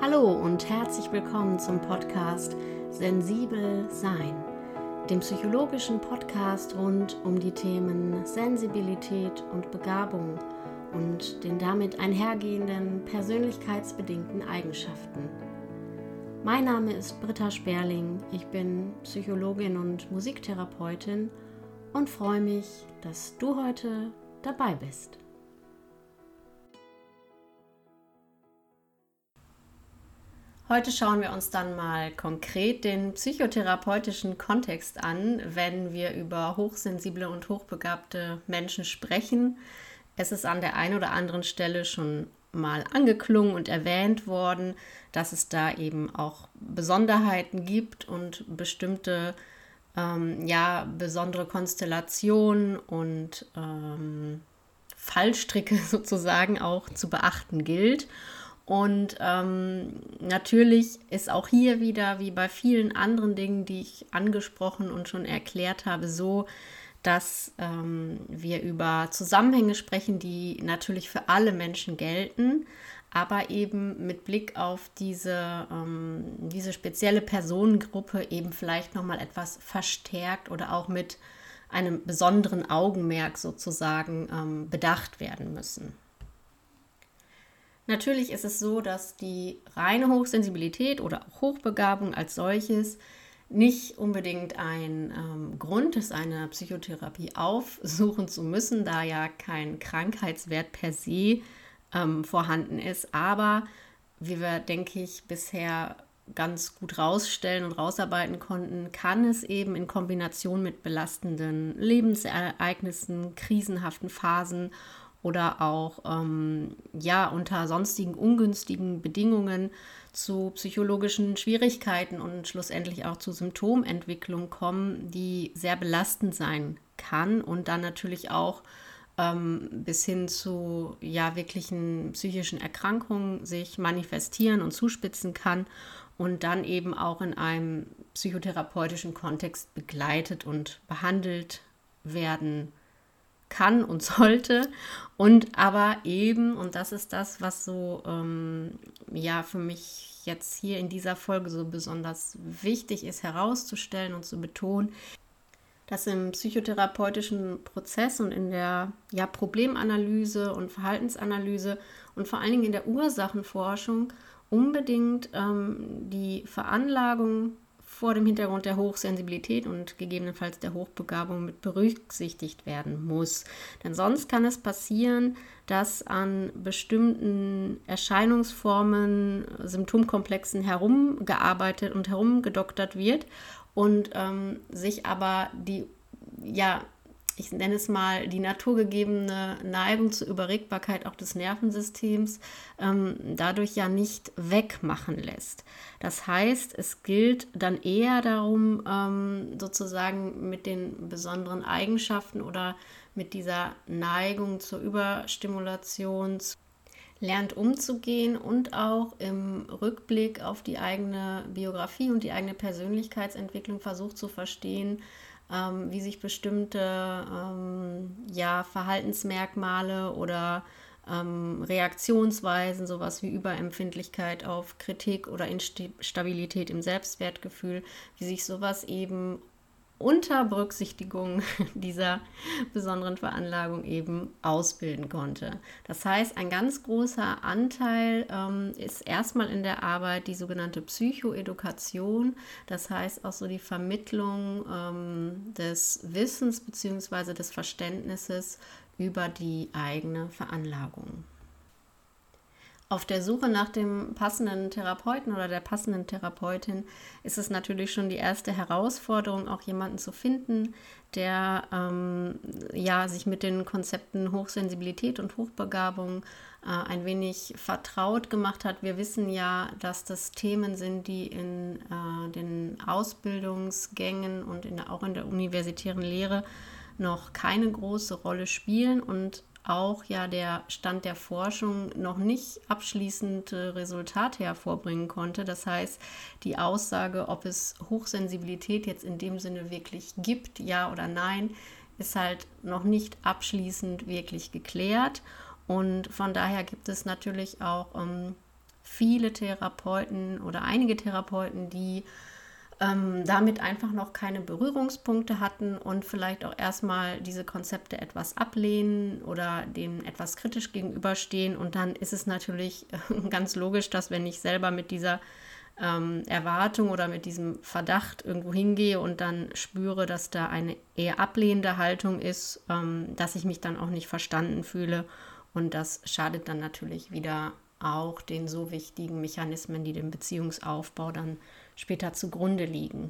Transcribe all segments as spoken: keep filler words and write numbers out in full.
Hallo und herzlich willkommen zum Podcast Sensibel Sein, dem psychologischen Podcast rund um die Themen Sensibilität und Begabung und den damit einhergehenden persönlichkeitsbedingten Eigenschaften. Mein Name ist Britta Sperling, ich bin Psychologin und Musiktherapeutin und freue mich, dass du heute dabei bist. Heute schauen wir uns dann mal konkret den psychotherapeutischen Kontext an, wenn wir über hochsensible und hochbegabte Menschen sprechen. Es ist an der einen oder anderen Stelle schon mal angeklungen und erwähnt worden, dass es da eben auch Besonderheiten gibt und bestimmte ähm, ja, besondere Konstellationen und ähm, Fallstricke sozusagen auch zu beachten gilt. Und ähm, natürlich ist auch hier wieder, wie bei vielen anderen Dingen, die ich angesprochen und schon erklärt habe, so, dass ähm, wir über Zusammenhänge sprechen, die natürlich für alle Menschen gelten, aber eben mit Blick auf diese, ähm, diese spezielle Personengruppe eben vielleicht nochmal etwas verstärkt oder auch mit einem besonderen Augenmerk sozusagen ähm, bedacht werden müssen. Natürlich ist es so, dass die reine Hochsensibilität oder auch Hochbegabung als solches nicht unbedingt ein ähm, Grund ist, eine Psychotherapie aufsuchen zu müssen, da ja kein Krankheitswert per se ähm, vorhanden ist. Aber wie wir, denke ich, bisher ganz gut rausstellen und rausarbeiten konnten, kann es eben in Kombination mit belastenden Lebensereignissen, krisenhaften Phasen oder auch ähm, ja, unter sonstigen ungünstigen Bedingungen zu psychologischen Schwierigkeiten und schlussendlich auch zu Symptomentwicklung kommen, die sehr belastend sein kann und dann natürlich auch ähm, bis hin zu ja, wirklichen psychischen Erkrankungen sich manifestieren und zuspitzen kann und dann eben auch in einem psychotherapeutischen Kontext begleitet und behandelt werden kann und sollte und aber eben, und das ist das, was so ähm, ja für mich jetzt hier in dieser Folge so besonders wichtig ist herauszustellen und zu betonen, dass im psychotherapeutischen Prozess und in der ja, Problemanalyse und Verhaltensanalyse und vor allen Dingen in der Ursachenforschung unbedingt ähm, die Veranlagung vor dem Hintergrund der Hochsensibilität und gegebenenfalls der Hochbegabung mit berücksichtigt werden muss. Denn sonst kann es passieren, dass an bestimmten Erscheinungsformen, Symptomkomplexen herumgearbeitet und herumgedoktert wird und ähm, sich aber die, ja, ich nenne es mal, die naturgegebene Neigung zur Überregbarkeit auch des Nervensystems ähm, dadurch ja nicht wegmachen lässt. Das heißt, es gilt dann eher darum, ähm, sozusagen mit den besonderen Eigenschaften oder mit dieser Neigung zur Überstimulation lernt umzugehen und auch im Rückblick auf die eigene Biografie und die eigene Persönlichkeitsentwicklung versucht zu verstehen, Ähm, wie sich bestimmte ähm, ja, Verhaltensmerkmale oder ähm, Reaktionsweisen, sowas wie Überempfindlichkeit auf Kritik oder Instabilität im Selbstwertgefühl, wie sich sowas eben unter Berücksichtigung dieser besonderen Veranlagung eben ausbilden konnte. Das heißt, ein ganz großer Anteil ähm, ist erstmal in der Arbeit die sogenannte Psychoedukation, das heißt auch so die Vermittlung ähm, des Wissens bzw. des Verständnisses über die eigene Veranlagung. Auf der Suche nach dem passenden Therapeuten oder der passenden Therapeutin ist es natürlich schon die erste Herausforderung, auch jemanden zu finden, der ähm, ja, sich mit den Konzepten Hochsensibilität und Hochbegabung äh, ein wenig vertraut gemacht hat. Wir wissen ja, dass das Themen sind, die in äh, den Ausbildungsgängen und in der, auch in der universitären Lehre noch keine große Rolle spielen und auch ja der Stand der Forschung noch nicht abschließende Resultate hervorbringen konnte. Das heißt, die Aussage, ob es Hochsensibilität jetzt in dem Sinne wirklich gibt, ja oder nein, ist halt noch nicht abschließend wirklich geklärt. Und von daher gibt es natürlich auch ähm, viele Therapeuten oder einige Therapeuten, die ähm, damit einfach noch keine Berührungspunkte hatten und vielleicht auch erstmal diese Konzepte etwas ablehnen oder denen etwas kritisch gegenüberstehen. Und dann ist es natürlich ganz logisch, dass wenn ich selber mit dieser ähm, Erwartung oder mit diesem Verdacht irgendwo hingehe und dann spüre, dass da eine eher ablehnende Haltung ist, ähm, dass ich mich dann auch nicht verstanden fühle. Und das schadet dann natürlich wieder auch den so wichtigen Mechanismen, die dem Beziehungsaufbau dann später zugrunde liegen.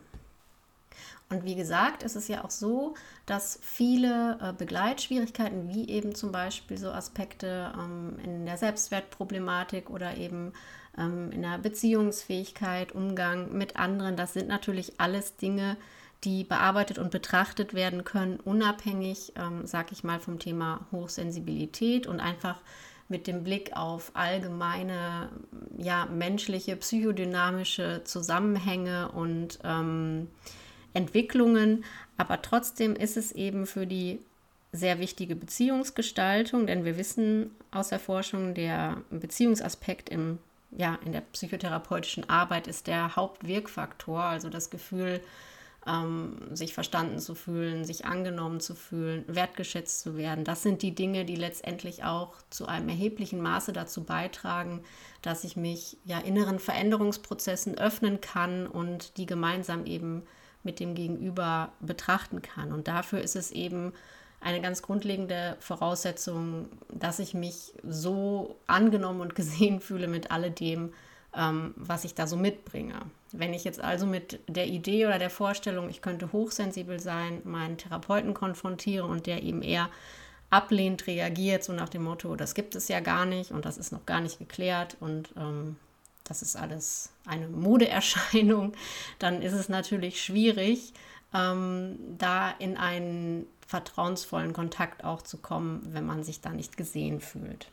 Und wie gesagt, es ist ja auch so, dass viele äh, Begleitschwierigkeiten, wie eben zum Beispiel so Aspekte ähm, in der Selbstwertproblematik oder eben ähm, in der Beziehungsfähigkeit, Umgang mit anderen, das sind natürlich alles Dinge, die bearbeitet und betrachtet werden können, unabhängig, ähm, sag ich mal, vom Thema Hochsensibilität und einfach mit dem Blick auf allgemeine, ja, menschliche, psychodynamische Zusammenhänge und ähm, Entwicklungen. Aber trotzdem ist es eben für die sehr wichtige Beziehungsgestaltung, denn wir wissen aus der Forschung, der Beziehungsaspekt im, ja, in der psychotherapeutischen Arbeit ist der Hauptwirkfaktor, also das Gefühl, Ähm, sich verstanden zu fühlen, sich angenommen zu fühlen, wertgeschätzt zu werden. Das sind die Dinge, die letztendlich auch zu einem erheblichen Maße dazu beitragen, dass ich mich ja inneren Veränderungsprozessen öffnen kann und die gemeinsam eben mit dem Gegenüber betrachten kann. Und dafür ist es eben eine ganz grundlegende Voraussetzung, dass ich mich so angenommen und gesehen fühle mit alledem, ähm, was ich da so mitbringe. Wenn ich jetzt also mit der Idee oder der Vorstellung, ich könnte hochsensibel sein, meinen Therapeuten konfrontiere und der eben eher ablehnend reagiert, so nach dem Motto, das gibt es ja gar nicht und das ist noch gar nicht geklärt und ähm, das ist alles eine Modeerscheinung, dann ist es natürlich schwierig, ähm, da in einen vertrauensvollen Kontakt auch zu kommen, wenn man sich da nicht gesehen fühlt.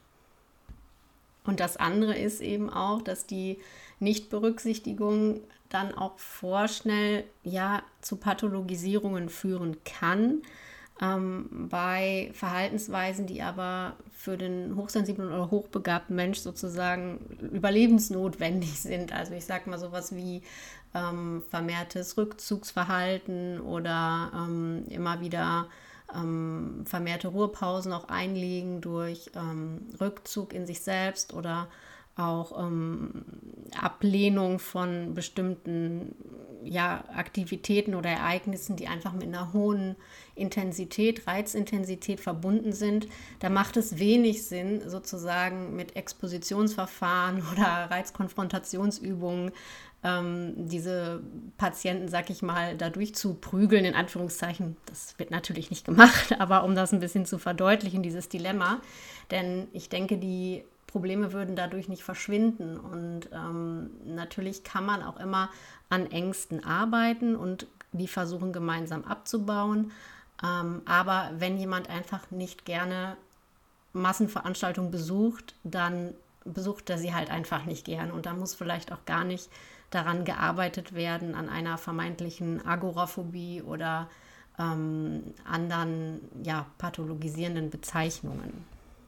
Und das andere ist eben auch, dass die Nichtberücksichtigung dann auch vorschnell ja zu Pathologisierungen führen kann, ähm, bei Verhaltensweisen, die aber für den hochsensiblen oder hochbegabten Mensch sozusagen überlebensnotwendig sind. Also ich sage mal sowas wie ähm, vermehrtes Rückzugsverhalten oder ähm, immer wieder Ähm, vermehrte Ruhepausen auch einlegen durch ähm, Rückzug in sich selbst oder auch ähm, Ablehnung von bestimmten ja, Aktivitäten oder Ereignissen, die einfach mit einer hohen Intensität, Reizintensität verbunden sind. Da macht es wenig Sinn, sozusagen mit Expositionsverfahren oder Reizkonfrontationsübungen ähm, diese Patienten, sag ich mal, dadurch zu prügeln, in Anführungszeichen. Das wird natürlich nicht gemacht, aber um das ein bisschen zu verdeutlichen, dieses Dilemma. Denn ich denke, die Probleme würden dadurch nicht verschwinden. Und ähm, natürlich kann man auch immer an Ängsten arbeiten und die versuchen gemeinsam abzubauen. Ähm, aber wenn jemand einfach nicht gerne Massenveranstaltungen besucht, dann besucht er sie halt einfach nicht gern. Und da muss vielleicht auch gar nicht daran gearbeitet werden, an einer vermeintlichen Agoraphobie oder ähm, anderen ja, pathologisierenden Bezeichnungen.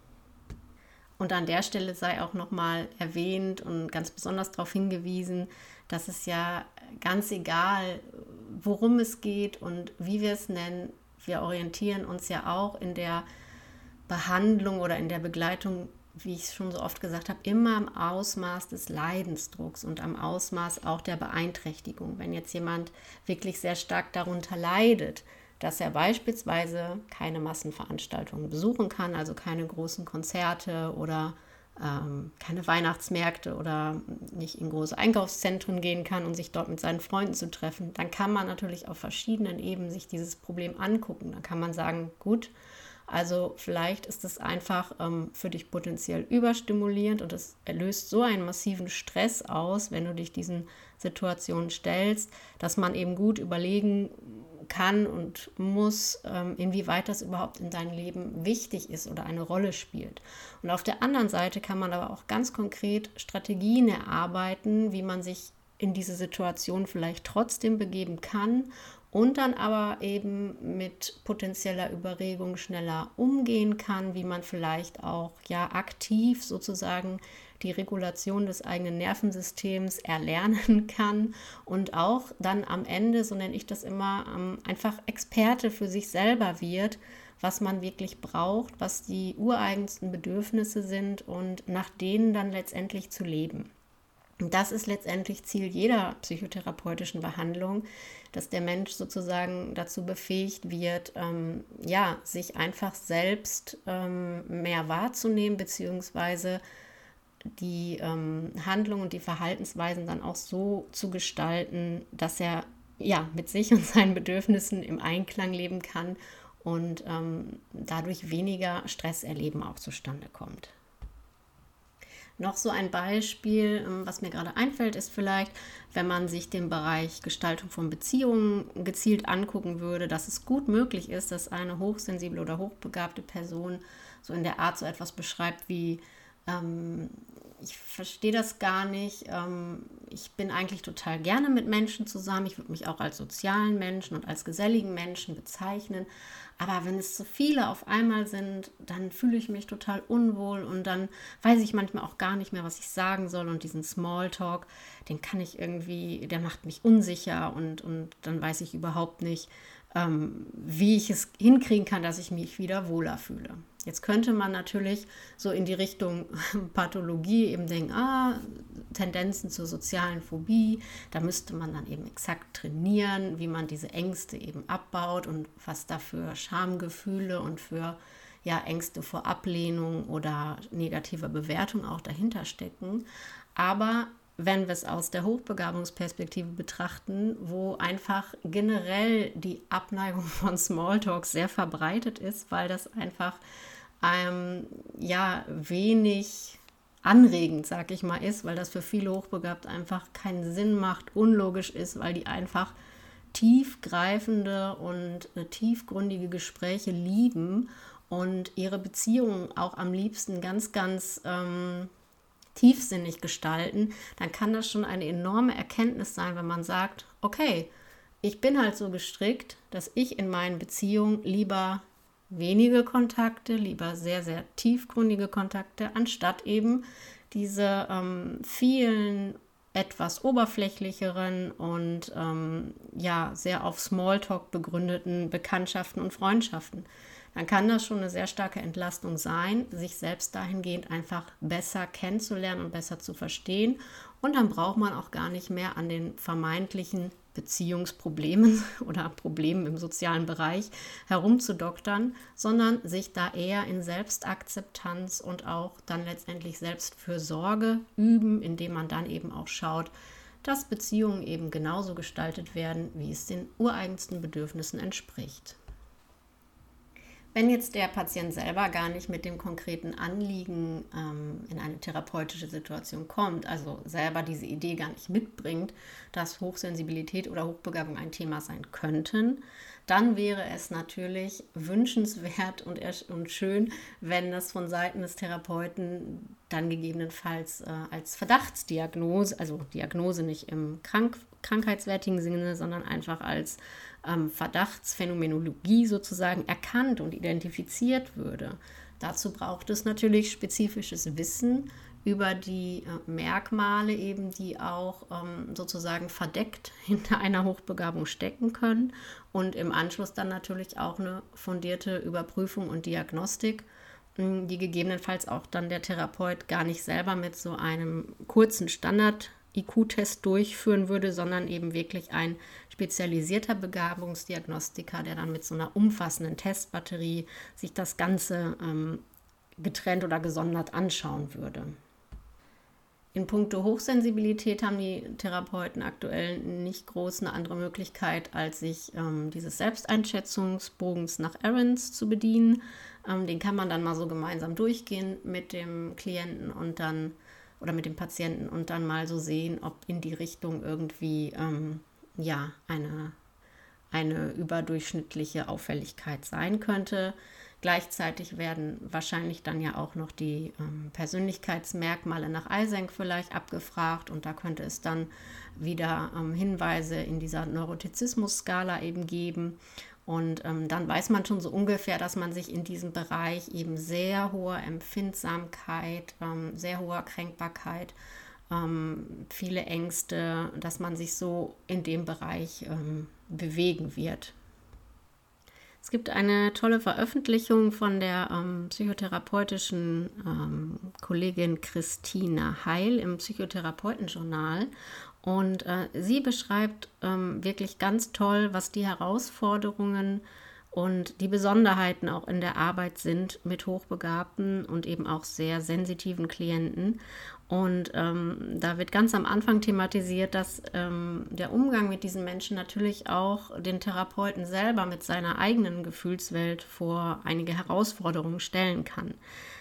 Und an der Stelle sei auch nochmal erwähnt und ganz besonders darauf hingewiesen, dass es ja ganz egal, worum es geht und wie wir es nennen, wir orientieren uns ja auch in der Behandlung oder in der Begleitung, wie ich es schon so oft gesagt habe, immer am Ausmaß des Leidensdrucks und am Ausmaß auch der Beeinträchtigung. Wenn jetzt jemand wirklich sehr stark darunter leidet, dass er beispielsweise keine Massenveranstaltungen besuchen kann, also keine großen Konzerte oder ähm, keine Weihnachtsmärkte oder nicht in große Einkaufszentren gehen kann und sich dort mit seinen Freunden zu treffen, dann kann man natürlich auf verschiedenen Ebenen sich dieses Problem angucken. Dann kann man sagen, gut, also vielleicht ist es einfach ähm, für dich potenziell überstimulierend und es löst so einen massiven Stress aus, wenn du dich diesen Situationen stellst, dass man eben gut überlegen kann und muss, ähm, inwieweit das überhaupt in deinem Leben wichtig ist oder eine Rolle spielt. Und auf der anderen Seite kann man aber auch ganz konkret Strategien erarbeiten, wie man sich in diese Situation vielleicht trotzdem begeben kann, und dann aber eben mit potenzieller Überregung schneller umgehen kann, wie man vielleicht auch ja aktiv sozusagen die Regulation des eigenen Nervensystems erlernen kann und auch dann am Ende, so nenne ich das immer, einfach Experte für sich selber wird, was man wirklich braucht, was die ureigensten Bedürfnisse sind und nach denen dann letztendlich zu leben. Und das ist letztendlich Ziel jeder psychotherapeutischen Behandlung, dass der Mensch sozusagen dazu befähigt wird, ähm, ja, sich einfach selbst ähm, mehr wahrzunehmen, beziehungsweise die ähm, Handlungen und die Verhaltensweisen dann auch so zu gestalten, dass er ja mit sich und seinen Bedürfnissen im Einklang leben kann und ähm, dadurch weniger Stresserleben auch zustande kommt. Noch so ein Beispiel, was mir gerade einfällt, ist vielleicht, wenn man sich den Bereich Gestaltung von Beziehungen gezielt angucken würde, dass es gut möglich ist, dass eine hochsensible oder hochbegabte Person so in der Art so etwas beschreibt wie, ähm, ich verstehe das gar nicht, ähm, ich bin eigentlich total gerne mit Menschen zusammen, ich würde mich auch als sozialen Menschen und als geselligen Menschen bezeichnen, aber wenn es zu viele auf einmal sind, dann fühle ich mich total unwohl und dann weiß ich manchmal auch gar nicht mehr, was ich sagen soll und diesen Smalltalk, den kann ich irgendwie, der macht mich unsicher und, und dann weiß ich überhaupt nicht, ähm, wie ich es hinkriegen kann, dass ich mich wieder wohler fühle. Jetzt könnte man natürlich so in die Richtung Pathologie eben denken, ah, Tendenzen zur sozialen Phobie, da müsste man dann eben exakt trainieren, wie man diese Ängste eben abbaut und was da für Schamgefühle und für ja, Ängste vor Ablehnung oder negativer Bewertung auch dahinter stecken. Aber wenn wir es aus der Hochbegabungsperspektive betrachten, wo einfach generell die Abneigung von Smalltalk sehr verbreitet ist, weil das einfach ähm, ja, wenig anregend, sag ich mal, ist, weil das für viele Hochbegabt einfach keinen Sinn macht, unlogisch ist, weil die einfach tiefgreifende und äh, tiefgründige Gespräche lieben und ihre Beziehungen auch am liebsten ganz, ganz ähm, tiefsinnig gestalten, dann kann das schon eine enorme Erkenntnis sein, wenn man sagt, okay, ich bin halt so gestrickt, dass ich in meinen Beziehungen lieber wenige Kontakte, lieber sehr, sehr tiefgründige Kontakte, anstatt eben diese ähm, vielen etwas oberflächlicheren und ähm, ja, sehr auf Smalltalk begründeten Bekanntschaften und Freundschaften. Dann kann das schon eine sehr starke Entlastung sein, sich selbst dahingehend einfach besser kennenzulernen und besser zu verstehen. Und dann braucht man auch gar nicht mehr an den vermeintlichen Beziehungsproblemen oder Problemen im sozialen Bereich herumzudoktern, sondern sich da eher in Selbstakzeptanz und auch dann letztendlich Selbstfürsorge üben, indem man dann eben auch schaut, dass Beziehungen eben genauso gestaltet werden, wie es den ureigensten Bedürfnissen entspricht. Wenn jetzt der Patient selber gar nicht mit dem konkreten Anliegen ähm, in eine therapeutische Situation kommt, also selber diese Idee gar nicht mitbringt, dass Hochsensibilität oder Hochbegabung ein Thema sein könnten, dann wäre es natürlich wünschenswert und, und schön, wenn das von Seiten des Therapeuten dann gegebenenfalls äh, als Verdachtsdiagnose, also Diagnose nicht im Krank krankheitswertigen Sinne, sondern einfach als ähm, Verdachtsphänomenologie sozusagen erkannt und identifiziert würde. Dazu braucht es natürlich spezifisches Wissen über die äh, Merkmale eben, die auch ähm, sozusagen verdeckt hinter einer Hochbegabung stecken können und im Anschluss dann natürlich auch eine fundierte Überprüfung und Diagnostik, die gegebenenfalls auch dann der Therapeut gar nicht selber mit so einem kurzen Standard-I Q-Test durchführen würde, sondern eben wirklich ein spezialisierter Begabungsdiagnostiker, der dann mit so einer umfassenden Testbatterie sich das Ganze ähm, getrennt oder gesondert anschauen würde. In puncto Hochsensibilität haben die Therapeuten aktuell nicht groß eine andere Möglichkeit, als sich ähm, dieses Selbsteinschätzungsbogens nach Ahrens zu bedienen. Ähm, den kann man dann mal so gemeinsam durchgehen mit dem Klienten und dann oder mit dem Patienten und dann mal so sehen, ob in die Richtung irgendwie ähm, ja, eine, eine überdurchschnittliche Auffälligkeit sein könnte. Gleichzeitig werden wahrscheinlich dann ja auch noch die ähm, Persönlichkeitsmerkmale nach Eysenck vielleicht abgefragt und da könnte es dann wieder ähm, Hinweise in dieser Neurotizismus-Skala eben geben. Und ähm, dann weiß man schon so ungefähr, dass man sich in diesem Bereich eben sehr hoher Empfindsamkeit, ähm, sehr hoher Kränkbarkeit, ähm, viele Ängste, dass man sich so in dem Bereich ähm, bewegen wird. Es gibt eine tolle Veröffentlichung von der ähm, psychotherapeutischen ähm, Kollegin Christina Heil im Psychotherapeutenjournal. Und äh, sie beschreibt ähm, wirklich ganz toll, was die Herausforderungen und die Besonderheiten auch in der Arbeit sind mit hochbegabten und eben auch sehr sensitiven Klienten. Und ähm, da wird ganz am Anfang thematisiert, dass ähm, der Umgang mit diesen Menschen natürlich auch den Therapeuten selber mit seiner eigenen Gefühlswelt vor einige Herausforderungen stellen kann.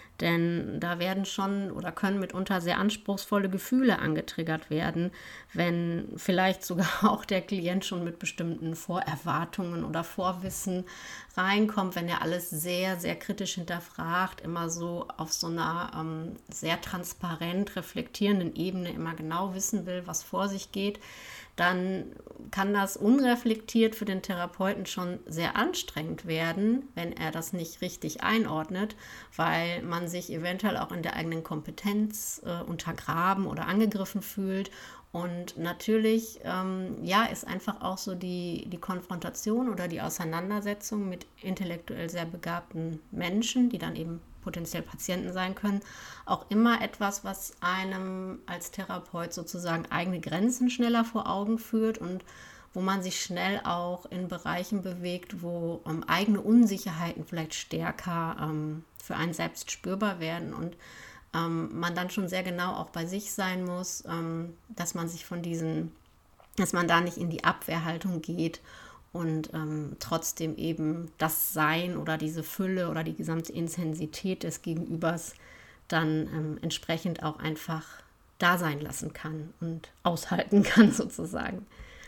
Denn da werden schon oder können mitunter sehr anspruchsvolle Gefühle angetriggert werden, wenn vielleicht sogar auch der Klient schon mit bestimmten Vorerwartungen oder Vorwissen reinkommt, wenn er alles sehr, sehr kritisch hinterfragt, immer so auf so einer ähm, sehr transparent reflektierenden Ebene immer genau wissen will, was vor sich geht, dann kann das unreflektiert für den Therapeuten schon sehr anstrengend werden, wenn er das nicht richtig einordnet, weil man sich eventuell auch in der eigenen Kompetenz äh, untergraben oder angegriffen fühlt. Und natürlich, ähm, ja, ist einfach auch so die, die Konfrontation oder die Auseinandersetzung mit intellektuell sehr begabten Menschen, die dann eben potenziell Patienten sein können, auch immer etwas, was einem als Therapeut sozusagen eigene Grenzen schneller vor Augen führt und wo man sich schnell auch in Bereichen bewegt, wo ähm, eigene Unsicherheiten vielleicht stärker ähm, für einen selbst spürbar werden und ähm, man dann schon sehr genau auch bei sich sein muss, ähm, dass man sich von diesen, dass man da nicht in die Abwehrhaltung geht und ähm, trotzdem eben das Sein oder diese Fülle oder die gesamte Intensität des Gegenübers dann ähm, entsprechend auch einfach da sein lassen kann und aushalten kann sozusagen.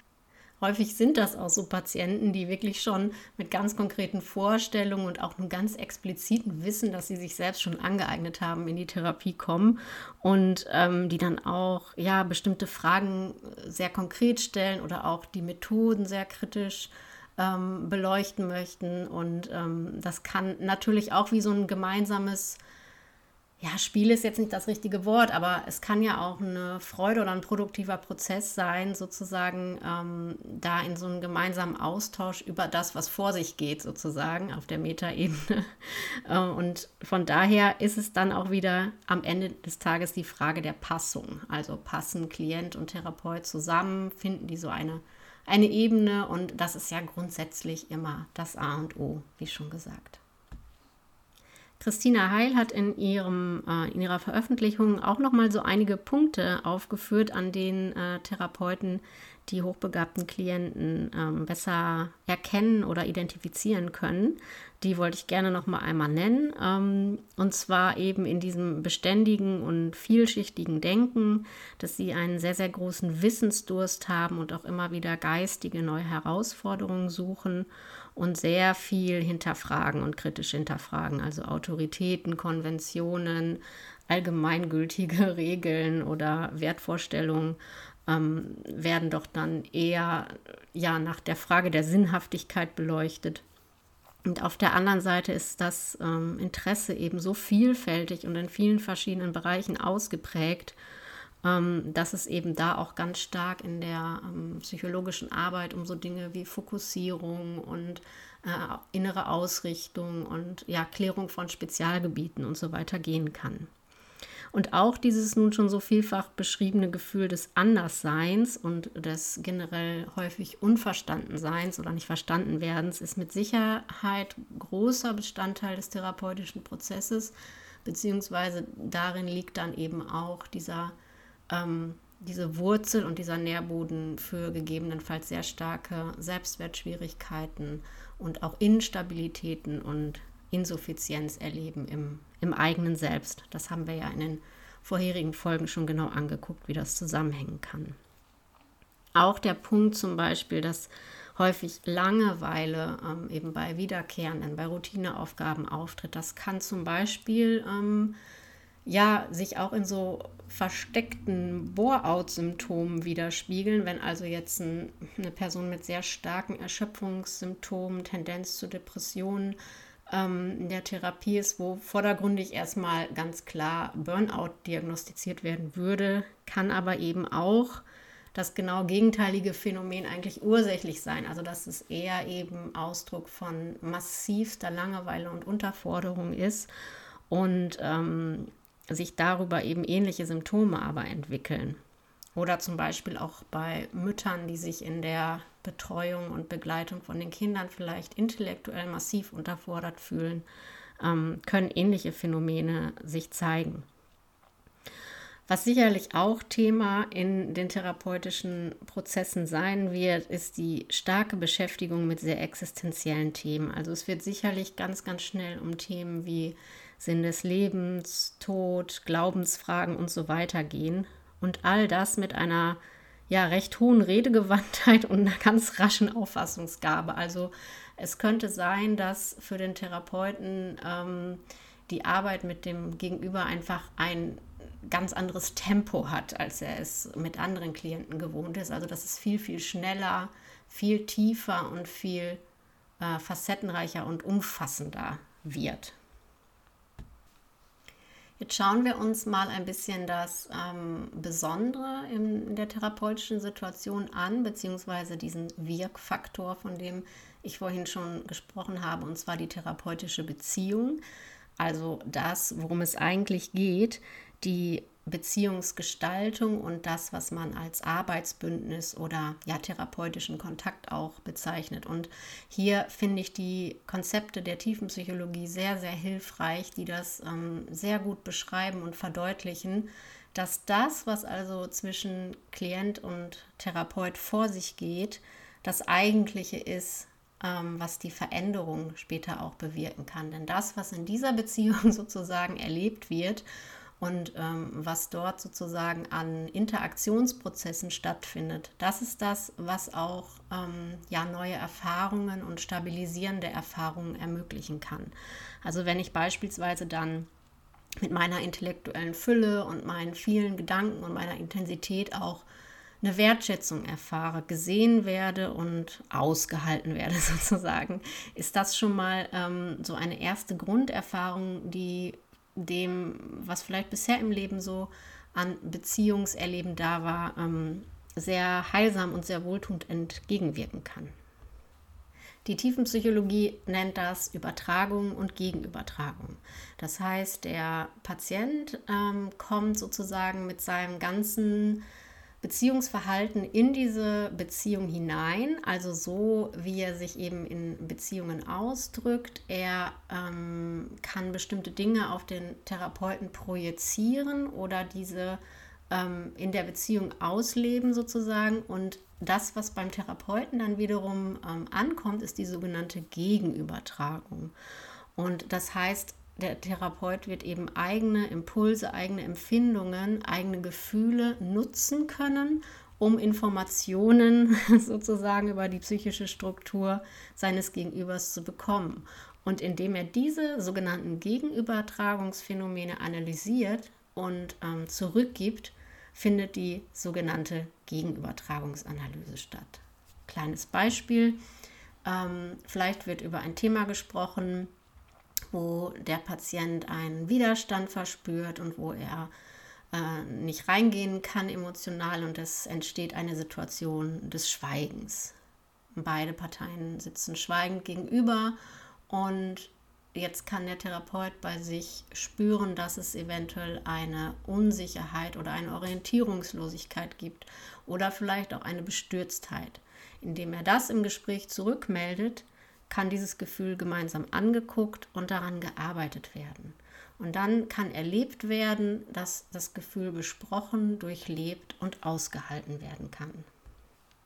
Häufig sind das auch so Patienten, die wirklich schon mit ganz konkreten Vorstellungen und auch einem ganz expliziten Wissen, dass sie sich selbst schon angeeignet haben, in die Therapie kommen und ähm, die dann auch ja, bestimmte Fragen sehr konkret stellen oder auch die Methoden sehr kritisch ähm, beleuchten möchten. Und ähm, das kann natürlich auch wie so ein gemeinsames Ja, Spiel ist jetzt nicht das richtige Wort, aber es kann ja auch eine Freude oder ein produktiver Prozess sein, sozusagen ähm, da in so einem gemeinsamen Austausch über das, was vor sich geht, sozusagen auf der Metaebene. Äh, und von daher ist es dann auch wieder am Ende des Tages die Frage der Passung. Also passen Klient und Therapeut zusammen, finden die so eine, eine Ebene und das ist ja grundsätzlich immer das A und O, wie schon gesagt. Christina Heil hat in, ihrem, äh, in ihrer Veröffentlichung auch nochmal so einige Punkte aufgeführt, an denen äh, Therapeuten die hochbegabten Klienten ähm, besser erkennen oder identifizieren können. Die wollte ich gerne nochmal einmal nennen. Ähm, und zwar eben in diesem beständigen und vielschichtigen Denken, dass sie einen sehr, sehr großen Wissensdurst haben und auch immer wieder geistige neue Herausforderungen suchen und sehr viel hinterfragen und kritisch hinterfragen, also Autoritäten, Konventionen, allgemeingültige Regeln oder Wertvorstellungen ähm, werden doch dann eher ja, nach der Frage der Sinnhaftigkeit beleuchtet. Und auf der anderen Seite ist das ähm, Interesse eben so vielfältig und in vielen verschiedenen Bereichen ausgeprägt, ähm, dass es eben da auch ganz stark in der ähm, psychologischen Arbeit um so Dinge wie Fokussierung und äh, innere Ausrichtung und ja, Klärung von Spezialgebieten und so weiter gehen kann. Und auch dieses nun schon so vielfach beschriebene Gefühl des Andersseins und des generell häufig Unverstandenseins oder nicht Verstandenwerdens ist mit Sicherheit großer Bestandteil des therapeutischen Prozesses, beziehungsweise darin liegt dann eben auch dieser, ähm, diese Wurzel und dieser Nährboden für gegebenenfalls sehr starke Selbstwertschwierigkeiten und auch Instabilitäten und Insuffizienz erleben im, im eigenen Selbst. Das haben wir ja in den vorherigen Folgen schon genau angeguckt, wie das zusammenhängen kann. Auch der Punkt zum Beispiel, dass häufig Langeweile ähm, eben bei wiederkehrenden, bei Routineaufgaben auftritt. Das kann zum Beispiel ähm, ja, sich auch in so versteckten Bore-out-Symptomen widerspiegeln, wenn also jetzt ein, eine Person mit sehr starken Erschöpfungssymptomen, Tendenz zu Depressionen ähm, in der Therapie ist, wo vordergründig erstmal ganz klar Burnout diagnostiziert werden würde, kann aber eben auch das genau gegenteilige Phänomen eigentlich ursächlich sein. Also dass es eher eben Ausdruck von massivster Langeweile und Unterforderung ist und ähm, sich darüber eben ähnliche Symptome aber entwickeln. Oder zum Beispiel auch bei Müttern, die sich in der Betreuung und Begleitung von den Kindern vielleicht intellektuell massiv unterfordert fühlen, ähm, können ähnliche Phänomene sich zeigen. Was sicherlich auch Thema in den therapeutischen Prozessen sein wird, ist die starke Beschäftigung mit sehr existenziellen Themen. Also es wird sicherlich ganz, ganz schnell um Themen wie Sinn des Lebens, Tod, Glaubensfragen und so weiter gehen. Und all das mit einer ja, recht hohen Redegewandtheit und einer ganz raschen Auffassungsgabe. Also es könnte sein, dass für den Therapeuten ähm, die Arbeit mit dem Gegenüber einfach ein ganz anderes Tempo hat, als er es mit anderen Klienten gewohnt ist. Also dass es viel, viel schneller, viel tiefer und viel äh, facettenreicher und umfassender wird. Jetzt schauen wir uns mal ein bisschen das ähm, Besondere in, in der therapeutischen Situation an, beziehungsweise diesen Wirkfaktor, von dem ich vorhin schon gesprochen habe, und zwar die therapeutische Beziehung. Also das, worum es eigentlich geht, die Beziehungsgestaltung und das, was man als Arbeitsbündnis oder ja, therapeutischen Kontakt auch bezeichnet. Und hier finde ich die Konzepte der Tiefenpsychologie sehr, sehr hilfreich, die das ähm, sehr gut beschreiben und verdeutlichen, dass das, was also zwischen Klient und Therapeut vor sich geht, das Eigentliche ist, ähm, was die Veränderung später auch bewirken kann. Denn das, was in dieser Beziehung sozusagen erlebt wird, und ähm, was dort sozusagen an Interaktionsprozessen stattfindet, das ist das, was auch ähm, ja, neue Erfahrungen und stabilisierende Erfahrungen ermöglichen kann. Also wenn ich beispielsweise dann mit meiner intellektuellen Fülle und meinen vielen Gedanken und meiner Intensität auch eine Wertschätzung erfahre, gesehen werde und ausgehalten werde sozusagen, ist das schon mal ähm, so eine erste Grunderfahrung, die dem, was vielleicht bisher im Leben so an Beziehungserleben da war, ähm, sehr heilsam und sehr wohltuend entgegenwirken kann. Die Tiefenpsychologie nennt das Übertragung und Gegenübertragung. Das heißt, der Patient ähm, kommt sozusagen mit seinem ganzen Beziehungsverhalten in diese Beziehung hinein, also so, wie er sich eben in Beziehungen ausdrückt. Er ähm, kann bestimmte Dinge auf den Therapeuten projizieren oder diese ähm, in der Beziehung ausleben sozusagen. Und das, was beim Therapeuten dann wiederum ähm, ankommt, ist die sogenannte Gegenübertragung. Und das heißt, der Therapeut wird eben eigene Impulse, eigene Empfindungen, eigene Gefühle nutzen können, um Informationen sozusagen über die psychische Struktur seines Gegenübers zu bekommen. Und indem er diese sogenannten Gegenübertragungsphänomene analysiert und ähm, zurückgibt, findet die sogenannte Gegenübertragungsanalyse statt. Kleines Beispiel, ähm, vielleicht wird über ein Thema gesprochen, wo der Patient einen Widerstand verspürt und wo er äh, nicht reingehen kann emotional und es entsteht eine Situation des Schweigens. Beide Parteien sitzen schweigend gegenüber und jetzt kann der Therapeut bei sich spüren, dass es eventuell eine Unsicherheit oder eine Orientierungslosigkeit gibt oder vielleicht auch eine Bestürztheit. Indem er das im Gespräch zurückmeldet, kann dieses Gefühl gemeinsam angeguckt und daran gearbeitet werden. Und dann kann erlebt werden, dass das Gefühl besprochen, durchlebt und ausgehalten werden kann.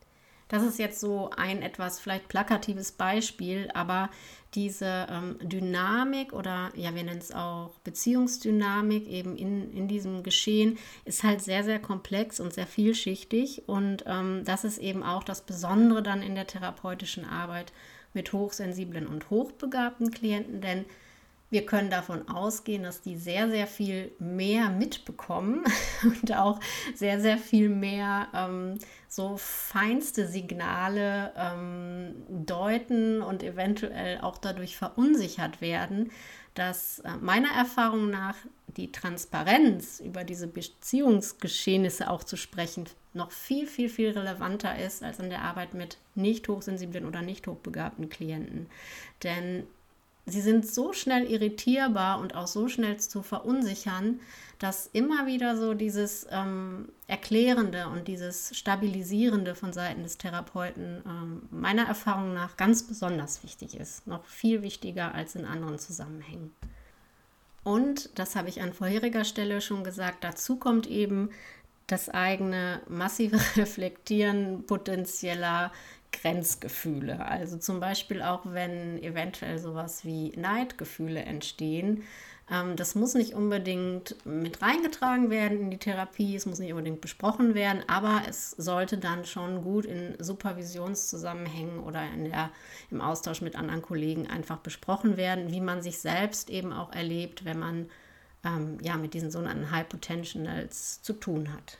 Das ist jetzt so ein etwas vielleicht plakatives Beispiel, aber diese ähm, Dynamik oder ja, wir nennen es auch Beziehungsdynamik eben in, in diesem Geschehen ist halt sehr, sehr komplex und sehr vielschichtig und ähm, das ist eben auch das Besondere dann in der therapeutischen Arbeit mit hochsensiblen und hochbegabten Klienten, denn wir können davon ausgehen, dass die sehr, sehr viel mehr mitbekommen und auch sehr, sehr viel mehr ähm, so feinste Signale ähm, deuten und eventuell auch dadurch verunsichert werden, dass äh, meiner Erfahrung nach die Transparenz über diese Beziehungsgeschehnisse auch zu sprechen noch viel, viel, viel relevanter ist als in der Arbeit mit nicht hochsensiblen oder nicht hochbegabten Klienten. Denn sie sind so schnell irritierbar und auch so schnell zu verunsichern, dass immer wieder so dieses ähm, Erklärende und dieses Stabilisierende von Seiten des Therapeuten ähm, meiner Erfahrung nach ganz besonders wichtig ist. Noch viel wichtiger als in anderen Zusammenhängen. Und, das habe ich an vorheriger Stelle schon gesagt, dazu kommt eben das eigene massive Reflektieren potenzieller Grenzgefühle. Also zum Beispiel auch, wenn eventuell sowas wie Neidgefühle entstehen. Ähm, das muss nicht unbedingt mit reingetragen werden in die Therapie, es muss nicht unbedingt besprochen werden, aber es sollte dann schon gut in Supervisionszusammenhängen oder in der, im Austausch mit anderen Kollegen einfach besprochen werden, wie man sich selbst eben auch erlebt, wenn man ähm, ja, mit diesen sogenannten High Potentials zu tun hat.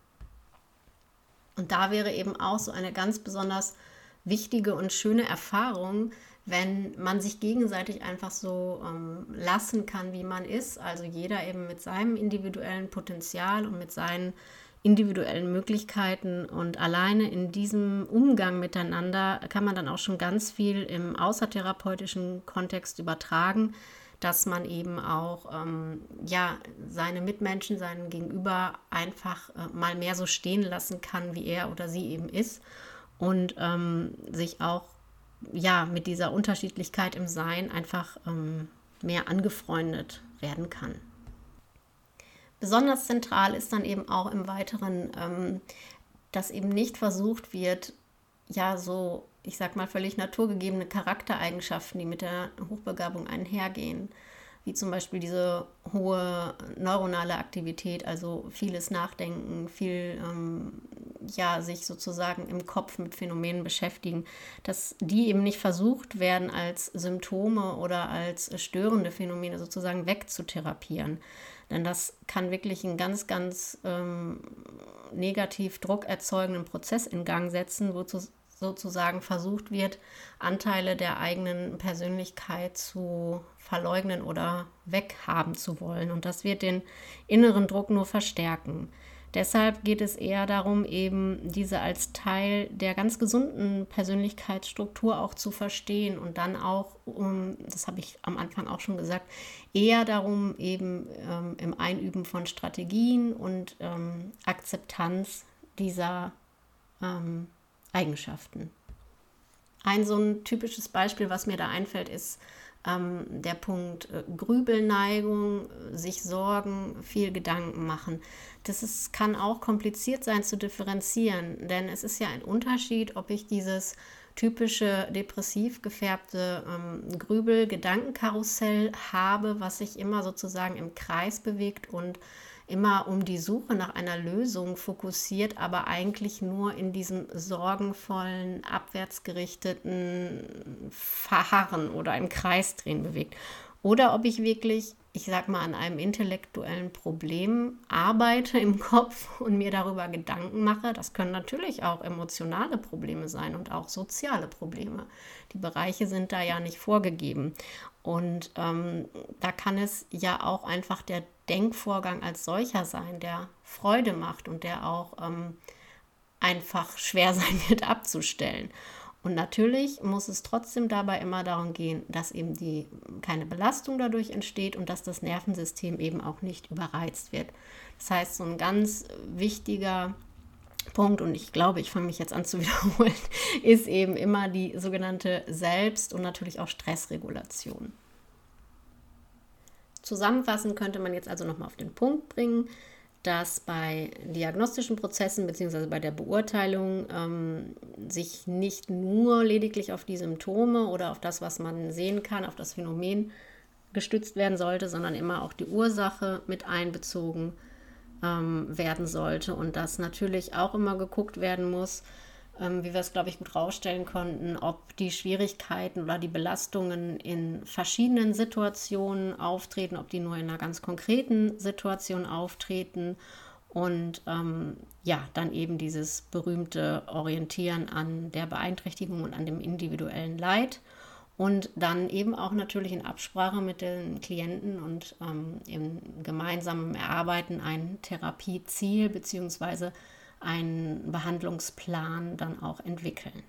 Und da wäre eben auch so eine ganz besonders wichtige und schöne Erfahrung, wenn man sich gegenseitig einfach so ähm, lassen kann, wie man ist. Also jeder eben mit seinem individuellen Potenzial und mit seinen individuellen Möglichkeiten. Und alleine in diesem Umgang miteinander kann man dann auch schon ganz viel im außertherapeutischen Kontext übertragen, dass man eben auch ähm, ja, seine Mitmenschen, seinen Gegenüber einfach äh, mal mehr so stehen lassen kann, wie er oder sie eben ist und ähm, sich auch ja, mit dieser Unterschiedlichkeit im Sein einfach ähm, mehr angefreundet werden kann. Besonders zentral ist dann eben auch im Weiteren, ähm, dass eben nicht versucht wird, ja so, ich sag mal, völlig naturgegebene Charaktereigenschaften, die mit der Hochbegabung einhergehen, wie zum Beispiel diese hohe neuronale Aktivität, also vieles Nachdenken, viel ähm, ja, sich sozusagen im Kopf mit Phänomenen beschäftigen, dass die eben nicht versucht werden, als Symptome oder als störende Phänomene sozusagen wegzutherapieren. Denn das kann wirklich einen ganz, ganz ähm, negativ druckerzeugenden Prozess in Gang setzen, wozu sozusagen versucht wird, Anteile der eigenen Persönlichkeit zu verleugnen oder weghaben zu wollen. Und das wird den inneren Druck nur verstärken. Deshalb geht es eher darum, eben diese als Teil der ganz gesunden Persönlichkeitsstruktur auch zu verstehen und dann auch, um, das habe ich am Anfang auch schon gesagt, eher darum, eben ähm, im Einüben von Strategien und ähm, Akzeptanz dieser ähm, Eigenschaften. Ein so ein typisches Beispiel, was mir da einfällt, ist ähm, der Punkt äh, Grübelneigung, sich Sorgen, viel Gedanken machen. Das ist, kann auch kompliziert sein zu differenzieren, denn es ist ja ein Unterschied, ob ich dieses typische depressiv gefärbte ähm, Grübel-Gedankenkarussell habe, was sich immer sozusagen im Kreis bewegt und immer um die Suche nach einer Lösung fokussiert, aber eigentlich nur in diesem sorgenvollen, abwärtsgerichteten Verharren oder im Kreisdrehen bewegt. Oder ob ich wirklich, ich sag mal, an einem intellektuellen Problem arbeite im Kopf und mir darüber Gedanken mache. Das können natürlich auch emotionale Probleme sein und auch soziale Probleme. Die Bereiche sind da ja nicht vorgegeben. Und ähm, da kann es ja auch einfach der Denkvorgang als solcher sein, der Freude macht und der auch ähm, einfach schwer sein wird abzustellen. Und natürlich muss es trotzdem dabei immer darum gehen, dass eben die, keine Belastung dadurch entsteht und dass das Nervensystem eben auch nicht überreizt wird. Das heißt, so ein ganz wichtiger Punkt, und ich glaube, ich fange mich jetzt an zu wiederholen, ist eben immer die sogenannte Selbst- und natürlich auch Stressregulation. Zusammenfassend könnte man jetzt also nochmal auf den Punkt bringen, dass bei diagnostischen Prozessen bzw. bei der Beurteilung ähm, sich nicht nur lediglich auf die Symptome oder auf das, was man sehen kann, auf das Phänomen gestützt werden sollte, sondern immer auch die Ursache mit einbezogen ähm, werden sollte und dass natürlich auch immer geguckt werden muss, ähm, wie wir es, glaube ich, gut rausstellen konnten, ob die Schwierigkeiten oder die Belastungen in verschiedenen Situationen auftreten, ob die nur in einer ganz konkreten Situation auftreten und ähm, ja, dann eben dieses berühmte Orientieren an der Beeinträchtigung und an dem individuellen Leid. Und dann eben auch natürlich in Absprache mit den Klienten und ähm, im gemeinsamen Erarbeiten ein Therapieziel bzw. einen Behandlungsplan dann auch entwickeln.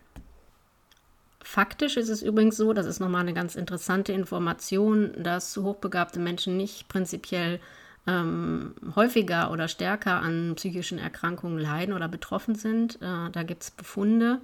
Faktisch ist es übrigens so, das ist nochmal eine ganz interessante Information, dass hochbegabte Menschen nicht prinzipiell ähm, häufiger oder stärker an psychischen Erkrankungen leiden oder betroffen sind. Äh, da gibt es Befunde.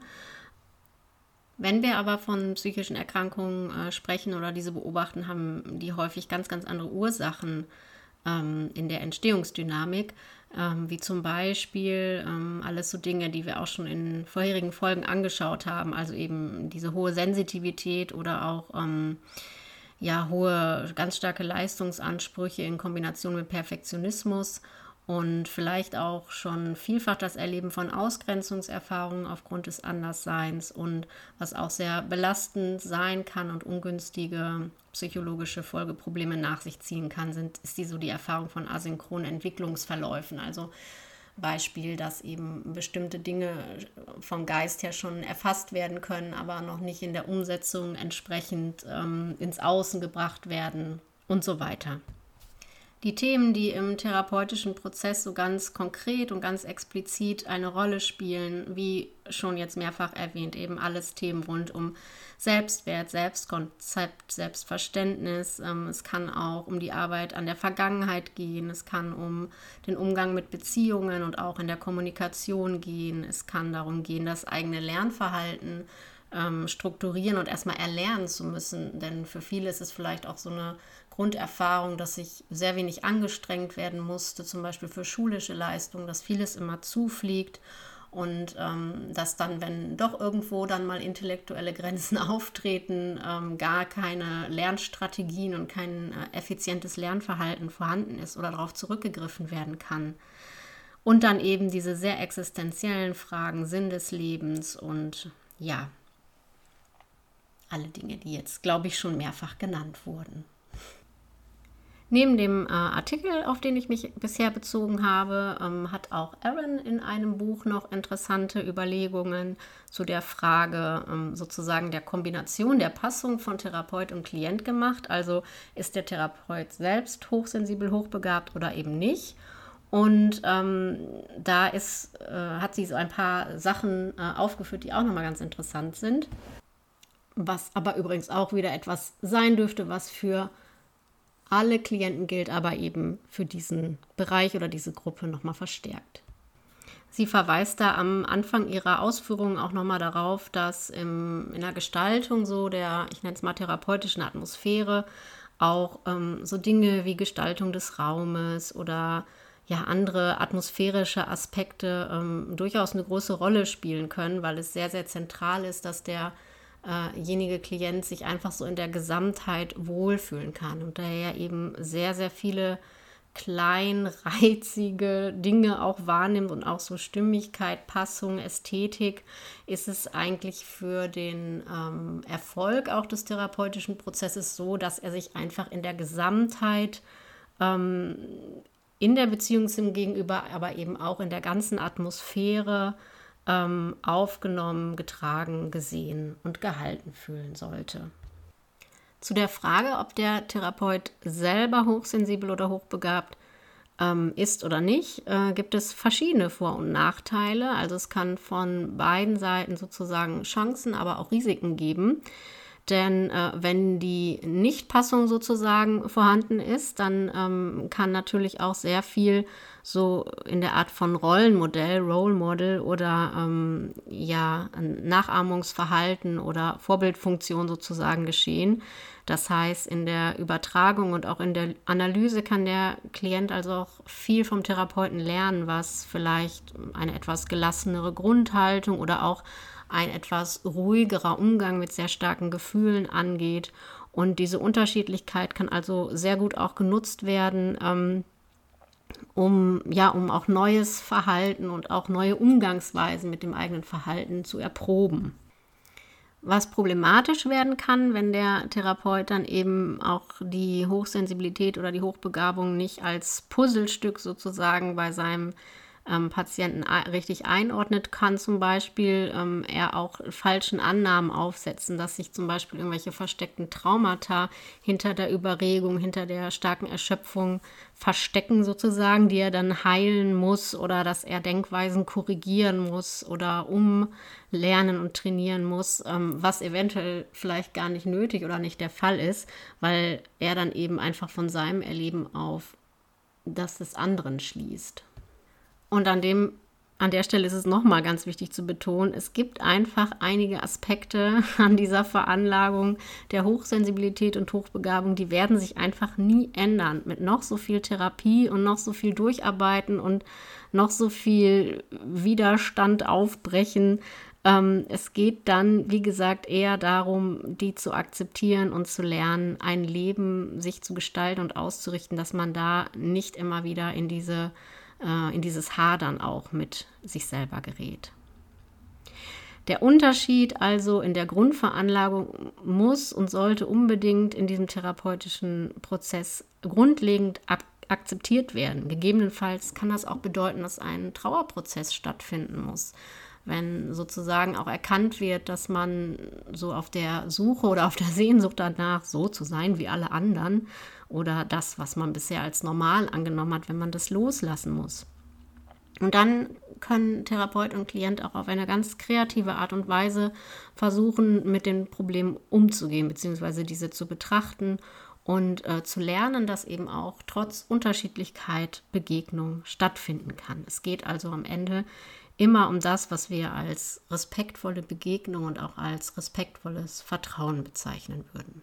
Wenn wir aber von psychischen Erkrankungen äh, sprechen oder diese beobachten, haben die häufig ganz, ganz andere Ursachen ähm, in der Entstehungsdynamik, ähm, wie zum Beispiel ähm, alles so Dinge, die wir auch schon in vorherigen Folgen angeschaut haben, also eben diese hohe Sensitivität oder auch ähm, ja, hohe, ganz starke Leistungsansprüche in Kombination mit Perfektionismus. Und vielleicht auch schon vielfach das Erleben von Ausgrenzungserfahrungen aufgrund des Andersseins und was auch sehr belastend sein kann und ungünstige psychologische Folgeprobleme nach sich ziehen kann, sind, ist die so die Erfahrung von asynchronen Entwicklungsverläufen. Also Beispiel, dass eben bestimmte Dinge vom Geist her schon erfasst werden können, aber noch nicht in der Umsetzung entsprechend ähm, ins Außen gebracht werden und so weiter. Die Themen, die im therapeutischen Prozess so ganz konkret und ganz explizit eine Rolle spielen, wie schon jetzt mehrfach erwähnt, eben alles Themen rund um Selbstwert, Selbstkonzept, Selbstverständnis. Es kann auch um die Arbeit an der Vergangenheit gehen, es kann um den Umgang mit Beziehungen und auch in der Kommunikation gehen. Es kann darum gehen, das eigene Lernverhalten strukturieren und erstmal erlernen zu müssen, denn für viele ist es vielleicht auch so eine Grunderfahrung, dass sich sehr wenig angestrengt werden musste, zum Beispiel für schulische Leistungen, dass vieles immer zufliegt und ähm, dass dann, wenn doch irgendwo dann mal intellektuelle Grenzen auftreten, ähm, gar keine Lernstrategien und kein äh, effizientes Lernverhalten vorhanden ist oder darauf zurückgegriffen werden kann. Und dann eben diese sehr existenziellen Fragen, Sinn des Lebens und ja, alle Dinge, die jetzt, glaube ich, schon mehrfach genannt wurden. Neben dem äh, Artikel, auf den ich mich bisher bezogen habe, ähm, hat auch Aaron in einem Buch noch interessante Überlegungen zu der Frage ähm, sozusagen der Kombination der Passung von Therapeut und Klient gemacht. Also ist der Therapeut selbst hochsensibel, hochbegabt oder eben nicht? Und ähm, da ist, äh, hat sie so ein paar Sachen äh, aufgeführt, die auch nochmal ganz interessant sind. Was aber übrigens auch wieder etwas sein dürfte, was für alle Klienten gilt, aber eben für diesen Bereich oder diese Gruppe nochmal verstärkt. Sie verweist da am Anfang ihrer Ausführungen auch nochmal darauf, dass im, in der Gestaltung so der, ich nenne es mal therapeutischen Atmosphäre, auch ähm, so Dinge wie Gestaltung des Raumes oder ja, andere atmosphärische Aspekte ähm, durchaus eine große Rolle spielen können, weil es sehr, sehr zentral ist, dass der derjenige Klient sich einfach so in der Gesamtheit wohlfühlen kann und daher eben sehr, sehr viele kleinreizige Dinge auch wahrnimmt und auch so Stimmigkeit, Passung, Ästhetik, ist es eigentlich für den ähm, Erfolg auch des therapeutischen Prozesses so, dass er sich einfach in der Gesamtheit ähm, in der Beziehung zum Gegenüber, aber eben auch in der ganzen Atmosphäre ähm, aufgenommen, getragen, gesehen und gehalten fühlen sollte. Zu der Frage, ob der Therapeut selber hochsensibel oder hochbegabt ähm, ist oder nicht, äh, gibt es verschiedene Vor- und Nachteile. Also es kann von beiden Seiten sozusagen Chancen, aber auch Risiken geben. Denn äh, wenn die Nichtpassung sozusagen vorhanden ist, dann ähm, kann natürlich auch sehr viel so in der Art von Rollenmodell, Role Model oder ähm, ja, Nachahmungsverhalten oder Vorbildfunktion sozusagen geschehen. Das heißt, in der Übertragung und auch in der Analyse kann der Klient also auch viel vom Therapeuten lernen, was vielleicht eine etwas gelassenere Grundhaltung oder auch ein etwas ruhigerer Umgang mit sehr starken Gefühlen angeht. Und diese Unterschiedlichkeit kann also sehr gut auch genutzt werden, ähm, um, ja, um auch neues Verhalten und auch neue Umgangsweisen mit dem eigenen Verhalten zu erproben. Was problematisch werden kann, wenn der Therapeut dann eben auch die Hochsensibilität oder die Hochbegabung nicht als Puzzlestück sozusagen bei seinem ähm, Patienten richtig einordnet, kann zum Beispiel ähm, er auch falschen Annahmen aufsetzen, dass sich zum Beispiel irgendwelche versteckten Traumata hinter der Überregung, hinter der starken Erschöpfung verstecken sozusagen, die er dann heilen muss, oder dass er Denkweisen korrigieren muss oder umlernen und trainieren muss, ähm, was eventuell vielleicht gar nicht nötig oder nicht der Fall ist, weil er dann eben einfach von seinem Erleben auf das des anderen schließt. Und an dem, an der Stelle ist es nochmal ganz wichtig zu betonen, es gibt einfach einige Aspekte an dieser Veranlagung der Hochsensibilität und Hochbegabung, die werden sich einfach nie ändern. Mit noch so viel Therapie und noch so viel Durcharbeiten und noch so viel Widerstand aufbrechen. Ähm, es geht dann, wie gesagt, eher darum, die zu akzeptieren und zu lernen, ein Leben sich zu gestalten und auszurichten, dass man da nicht immer wieder in diese in dieses Hadern auch mit sich selber gerät. Der Unterschied also in der Grundveranlagung muss und sollte unbedingt in diesem therapeutischen Prozess grundlegend ak- akzeptiert werden. Gegebenenfalls kann das auch bedeuten, dass ein Trauerprozess stattfinden muss, wenn sozusagen auch erkannt wird, dass man so auf der Suche oder auf der Sehnsucht danach, so zu sein wie alle anderen, oder das, was man bisher als normal angenommen hat, wenn man das loslassen muss. Und dann können Therapeut und Klient auch auf eine ganz kreative Art und Weise versuchen, mit den Problemen umzugehen, beziehungsweise diese zu betrachten und äh, zu lernen, dass eben auch trotz Unterschiedlichkeit Begegnung stattfinden kann. Es geht also am Ende immer um das, was wir als respektvolle Begegnung und auch als respektvolles Vertrauen bezeichnen würden.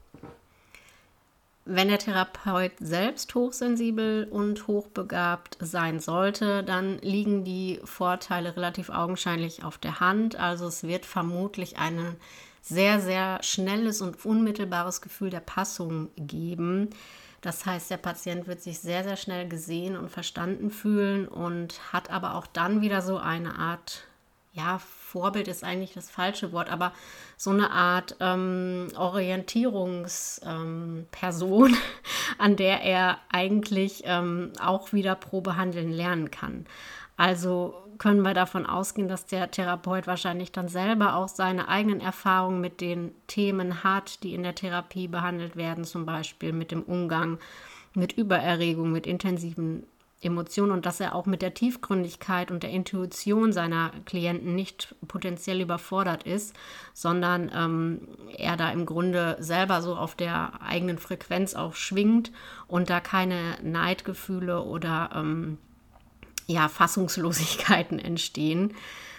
Wenn der Therapeut selbst hochsensibel und hochbegabt sein sollte, dann liegen die Vorteile relativ augenscheinlich auf der Hand. Also es wird vermutlich ein sehr, sehr schnelles und unmittelbares Gefühl der Passung geben. Das heißt, der Patient wird sich sehr, sehr schnell gesehen und verstanden fühlen und hat aber auch dann wieder so eine Art, ja, Vorbild ist eigentlich das falsche Wort, aber so eine Art ähm, Orientierungsperson, ähm, an der er eigentlich ähm, auch wieder Probe handeln lernen kann. Also können wir davon ausgehen, dass der Therapeut wahrscheinlich dann selber auch seine eigenen Erfahrungen mit den Themen hat, die in der Therapie behandelt werden, zum Beispiel mit dem Umgang mit Übererregung, mit intensiven Emotionen, und dass er auch mit der Tiefgründigkeit und der Intuition seiner Klienten nicht potenziell überfordert ist, sondern ähm, er da im Grunde selber so auf der eigenen Frequenz auch schwingt und da keine Neidgefühle oder ähm, ja, Fassungslosigkeiten entstehen.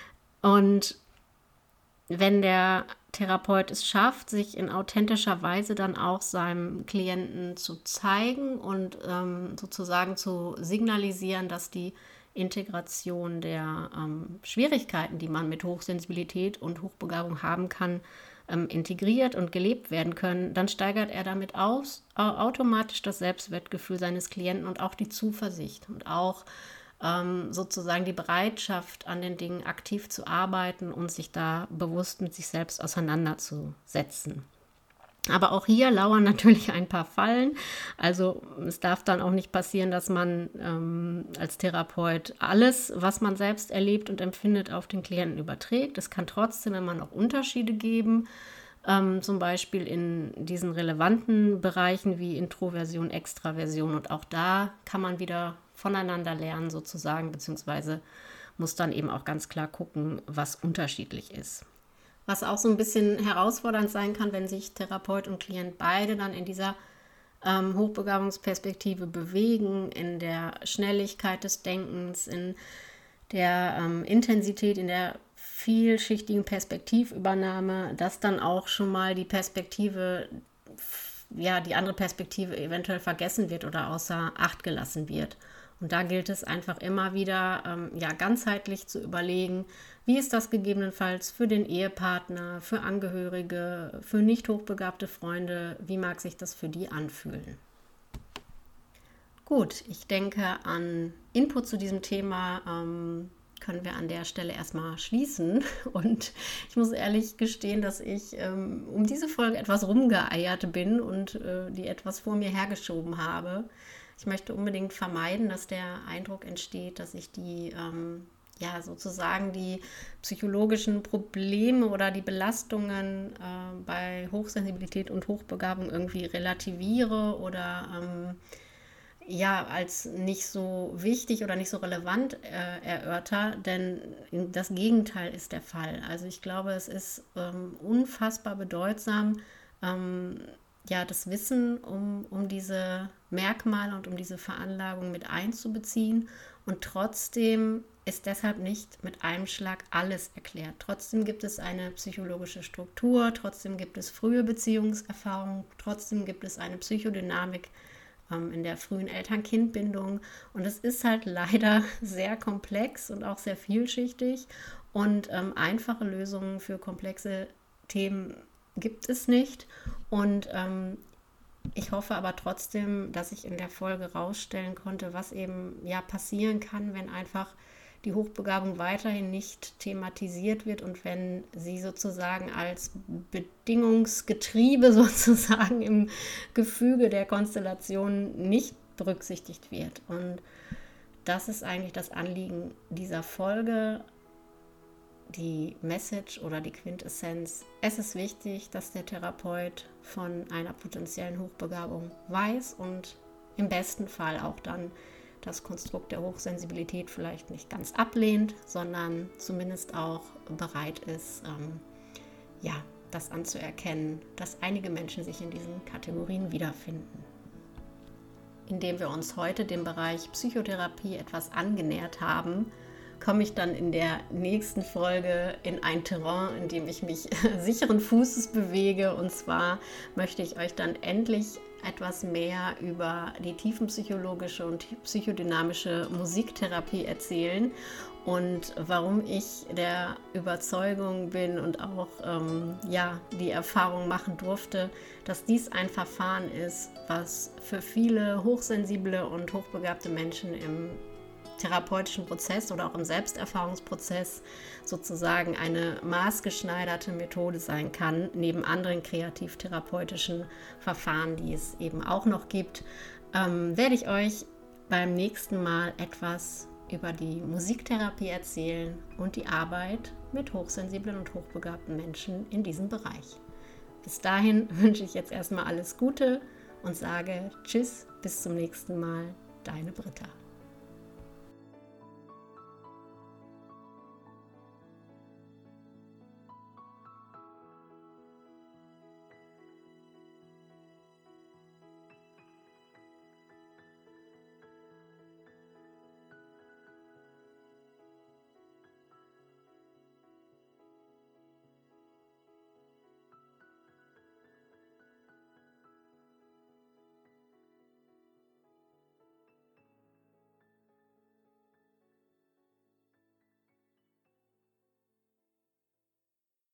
Und wenn der Therapeut es schafft, sich in authentischer Weise dann auch seinem Klienten zu zeigen und ähm, sozusagen zu signalisieren, dass die Integration der ähm, Schwierigkeiten, die man mit Hochsensibilität und Hochbegabung haben kann, ähm, integriert und gelebt werden können, dann steigert er damit aus, äh, automatisch das Selbstwertgefühl seines Klienten und auch die Zuversicht und auch ähm, sozusagen die Bereitschaft, an den Dingen aktiv zu arbeiten und sich da bewusst mit sich selbst auseinanderzusetzen. Aber auch hier lauern natürlich ein paar Fallen. Also es darf dann auch nicht passieren, dass man ähm, als Therapeut alles, was man selbst erlebt und empfindet, auf den Klienten überträgt. Es kann trotzdem immer noch Unterschiede geben, ähm, zum Beispiel in diesen relevanten Bereichen wie Introversion, Extraversion. Und auch da kann man wieder voneinander lernen sozusagen, beziehungsweise muss dann eben auch ganz klar gucken, was unterschiedlich ist. Was auch so ein bisschen herausfordernd sein kann, wenn sich Therapeut und Klient beide dann in dieser ähm, Hochbegabungsperspektive bewegen, in der Schnelligkeit des Denkens, in der ähm, Intensität, in der vielschichtigen Perspektivübernahme, dass dann auch schon mal die Perspektive, ja, die andere Perspektive eventuell vergessen wird oder außer Acht gelassen wird. Und da gilt es einfach immer wieder, ähm, ja, ganzheitlich zu überlegen, wie ist das gegebenenfalls für den Ehepartner, für Angehörige, für nicht hochbegabte Freunde, wie mag sich das für die anfühlen? Gut, ich denke, an Input zu diesem Thema ähm, können wir an der Stelle erstmal schließen. Und ich muss ehrlich gestehen, dass ich ähm, um diese Folge etwas rumgeeiert bin und äh, die etwas vor mir hergeschoben habe. Ich möchte unbedingt vermeiden, dass der Eindruck entsteht, dass ich die, ähm, ja, sozusagen die psychologischen Probleme oder die Belastungen äh, bei Hochsensibilität und Hochbegabung irgendwie relativiere oder ähm, ja, als nicht so wichtig oder nicht so relevant äh, erörter, denn das Gegenteil ist der Fall. Also ich glaube, es ist ähm, unfassbar bedeutsam, ähm, ja, das Wissen um, um diese Merkmale und um diese Veranlagung mit einzubeziehen. Und trotzdem ist deshalb nicht mit einem Schlag alles erklärt. Trotzdem gibt es eine psychologische Struktur, trotzdem gibt es frühe Beziehungserfahrungen, trotzdem gibt es eine Psychodynamik ähm, in der frühen Eltern-Kind-Bindung. Und es ist halt leider sehr komplex und auch sehr vielschichtig. Und ähm, einfache Lösungen für komplexe Themen gibt es nicht. Und ähm, ich hoffe aber trotzdem, dass ich in der Folge rausstellen konnte, was eben ja passieren kann, wenn einfach die Hochbegabung weiterhin nicht thematisiert wird und wenn sie sozusagen als Bedingungsgetriebe sozusagen im Gefüge der Konstellation nicht berücksichtigt wird. Und das ist eigentlich das Anliegen dieser Folge. Die Message oder die Quintessenz: Es ist wichtig, dass der Therapeut von einer potenziellen Hochbegabung weiß und im besten Fall auch dann das Konstrukt der Hochsensibilität vielleicht nicht ganz ablehnt, sondern zumindest auch bereit ist, ähm, ja, das anzuerkennen, dass einige Menschen sich in diesen Kategorien wiederfinden. Indem wir uns heute dem Bereich Psychotherapie etwas angenähert haben, komme ich dann in der nächsten Folge in ein Terrain, in dem ich mich sicheren Fußes bewege. Und zwar möchte ich euch dann endlich etwas mehr über die tiefenpsychologische und psychodynamische Musiktherapie erzählen und warum ich der Überzeugung bin und auch ähm, ja, die Erfahrung machen durfte, dass dies ein Verfahren ist, was für viele hochsensible und hochbegabte Menschen im therapeutischen Prozess oder auch im Selbsterfahrungsprozess sozusagen eine maßgeschneiderte Methode sein kann, neben anderen kreativ-therapeutischen Verfahren, die es eben auch noch gibt, ähm, werde ich euch beim nächsten Mal etwas über die Musiktherapie erzählen und die Arbeit mit hochsensiblen und hochbegabten Menschen in diesem Bereich. Bis dahin wünsche ich jetzt erstmal alles Gute und sage Tschüss, bis zum nächsten Mal, deine Britta.